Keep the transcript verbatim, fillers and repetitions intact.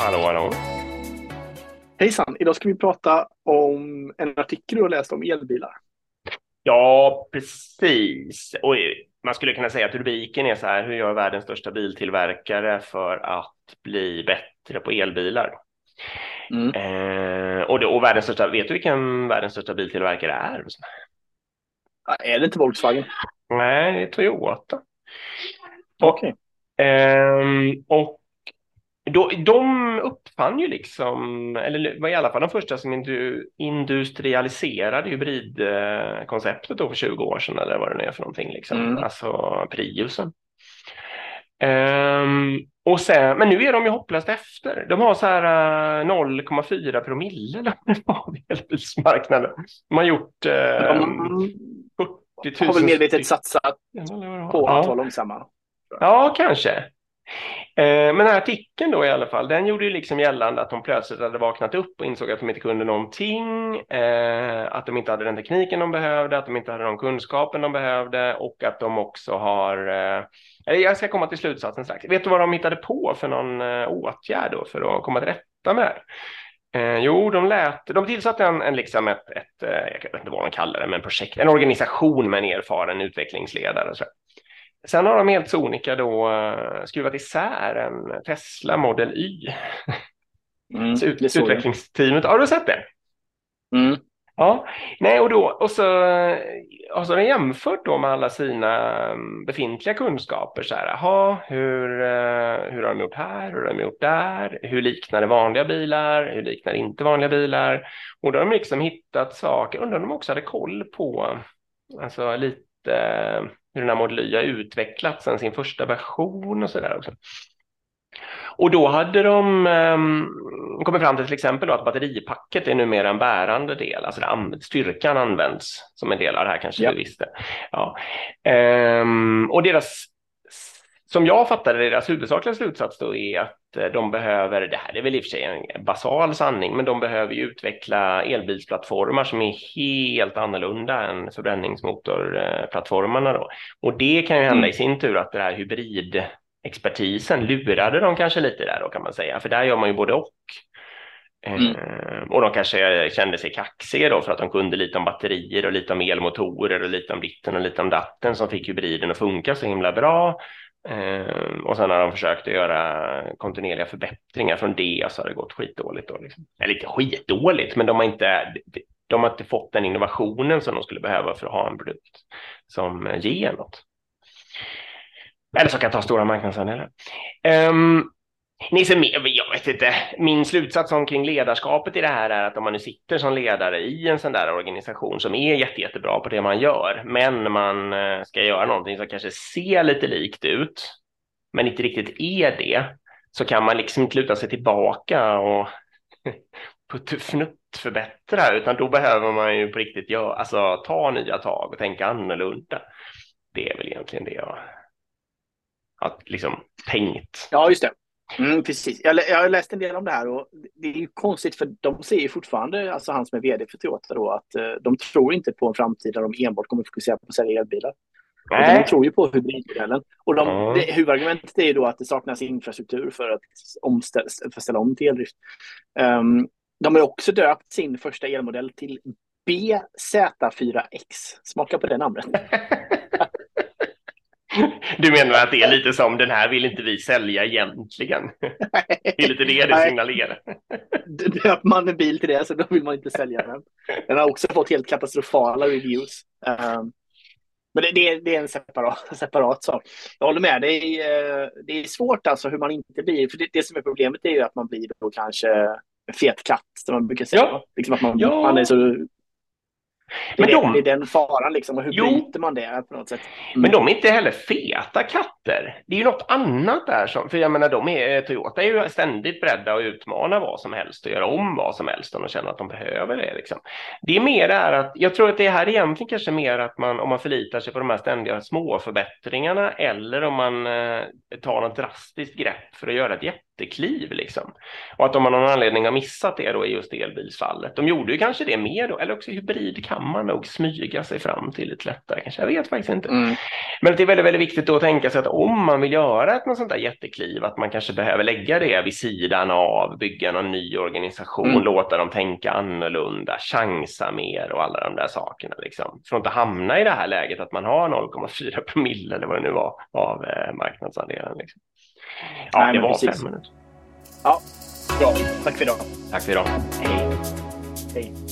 Hallå, hallå. Hejsan, idag ska vi prata om en artikel du har läst om elbilar. Ja, precis. Och man skulle kunna säga att rubriken är så här: hur gör världens största biltillverkare för att bli bättre på elbilar? Mm. Eh, och, det, och världens största, vet du vilken världens största biltillverkare är? Ja, är det inte Volkswagen? Nej, det är Toyota. Och, Okej. ehm, och då, de uppfann ju liksom, eller var i alla fall de första som indu, industrialiserade hybridkonceptet då för tjugo år sedan, eller vad det nu är för någonting liksom. Mm. Alltså Priusen. Ehm, och sen, men nu är de ju hopplöst efter. De har så här uh, noll komma fyra promille eller vad det var av elbilsmarknaden. De har gjort um, De fyrtio har väl tusen medvetet stycken. satsat på att vara Ja, långsamma. ja, kanske. Eh, Men den här artikeln då i alla fall, den gjorde ju liksom gällande att de plötsligt hade vaknat upp och insåg att de inte kunde någonting, eh, att de inte hade den tekniken de behövde, att de inte hade den kunskapen de behövde och att de också har, eh, eller jag ska komma till slutsatsen strax. Vet du vad de hittade på för någon eh, åtgärd då för att komma till rätta med det? Eh, jo, de lät, de tillsatte en, en liksom ett, ett, eh, jag vet inte vad de kallar det, men projekt, en organisation med en erfaren utvecklingsledare. Så. Sen har de helt sonika då uh, skruvat isär en Tesla Model Y. Mm. Så ut, Det såg jag. utvecklingsteamet, har du sett det? Mm. Ja, nej och då, och så, och så har de jämfört då med alla sina um, befintliga kunskaper så här, aha, hur, uh, hur har de gjort här, hur har de gjort där, hur liknar det vanliga bilar, hur liknar det inte vanliga bilar, och då har de liksom hittat saker, undrar om de också hade koll på, alltså lite hur den här Model Y har utvecklats sedan sin första version och sådär också. Och då hade de um, kommit fram till till exempel då att batteripacket är numera en bärande del, alltså det, styrkan används som en del av det här, kanske Ja. du visste. Ja. Um, och deras, som jag fattade deras huvudsakliga slutsats då är att de behöver, det här är väl i och för sig en basal sanning, men de behöver ju utveckla elbilsplattformar som är helt annorlunda än förbränningsmotorplattformarna då. Och det kan ju hända Mm. i sin tur att det här hybridexpertisen lurade de kanske lite där då, kan man säga, för där gör man ju både och. Mm. Eh, och de kanske kände sig kaxiga då för att de kunde lite om batterier och lite om elmotorer och lite om ditten och lite om datten som fick hybriden att funka så himla bra. Eh, och sen har de försökt att göra kontinuerliga förbättringar från det, så har det gått skitdåligt då liksom. Eller inte skitdåligt, men de har inte, de har inte fått den innovationen som de skulle behöva för att ha en produkt som ger något. Eller så kan ta stora marknadsandelar. Um, Ni ser med, jag vet inte, min slutsats omkring ledarskapet i det här är att om man nu sitter som ledare i en sån där organisation som är jätte, jättebra på det man gör, men man ska göra någonting som kanske ser lite likt ut, men inte riktigt är det, så kan man liksom inte luta sig tillbaka och puttfnutt förbättra, utan då behöver man ju på riktigt göra, alltså ta nya tag och tänka annorlunda. Det är väl egentligen det jag har liksom tänkt. Ja, just det. Mm, precis. Jag, jag har läst en del om det här och det är ju konstigt för de ser ju fortfarande, alltså han som är vd för Toyota då, att uh, de tror inte på en framtid där de enbart kommer fokusera på att sälja elbilar. Utan de tror ju på hybridmodellen. Och de, Mm. det, huvudargumentet är ju då att det saknas infrastruktur för att, omställa, för att ställa om till eldrift. Um, de har också döpt sin första elmodell till B Z fyra X. Smaka på det namnet. Du menar att det är lite som den här vill inte vi sälja egentligen? Det är lite det det signalerar. Döper man en bil till det så då vill man inte sälja den. Den har också fått helt katastrofala reviews. Um, men det, det, är, det är en separat, separat sak. Jag håller med, det är, det är svårt alltså hur man inte blir. För det, det som är problemet är ju att man blir då kanske en fet katt, som man brukar säga. Ja. Liksom att man, Ja. man är så... Det är, Men de... det, det är den faran liksom, och hur Jo. bryter man det på något sätt? Mm. Men de är inte heller feta katter. Det är ju något annat där som, för jag menar, de är, Toyota är ju ständigt beredda att utmana vad som helst och göra om vad som helst om de känner att de behöver det liksom. Det är mer där att, jag tror att det här egentligen kanske mer att man, om man förlitar sig på de här ständiga små förbättringarna eller om man eh, tar något drastiskt grepp för att göra ett jättekliv liksom. Och att de har någon anledning har missat det då i just elbilsfallet. De gjorde ju kanske det mer då, eller också hybrid kan man nog smyga sig fram till lite lättare kanske, jag vet faktiskt inte. Mm. Men det är väldigt, väldigt viktigt då att tänka sig att om man vill göra ett något sånt där jättekliv, att man kanske behöver lägga det vid sidan av, bygga någon ny organisation, mm. låta dem tänka annorlunda, chansa mer och alla de där sakerna liksom. För att inte hamna i det här läget att man har noll komma fyra promille eller vad det nu var av eh, marknadsandelen liksom. Ja, Nej, det var precis. fem minuter. Ja, bra. Tack för idag. Tack för idag. Hej. Hej.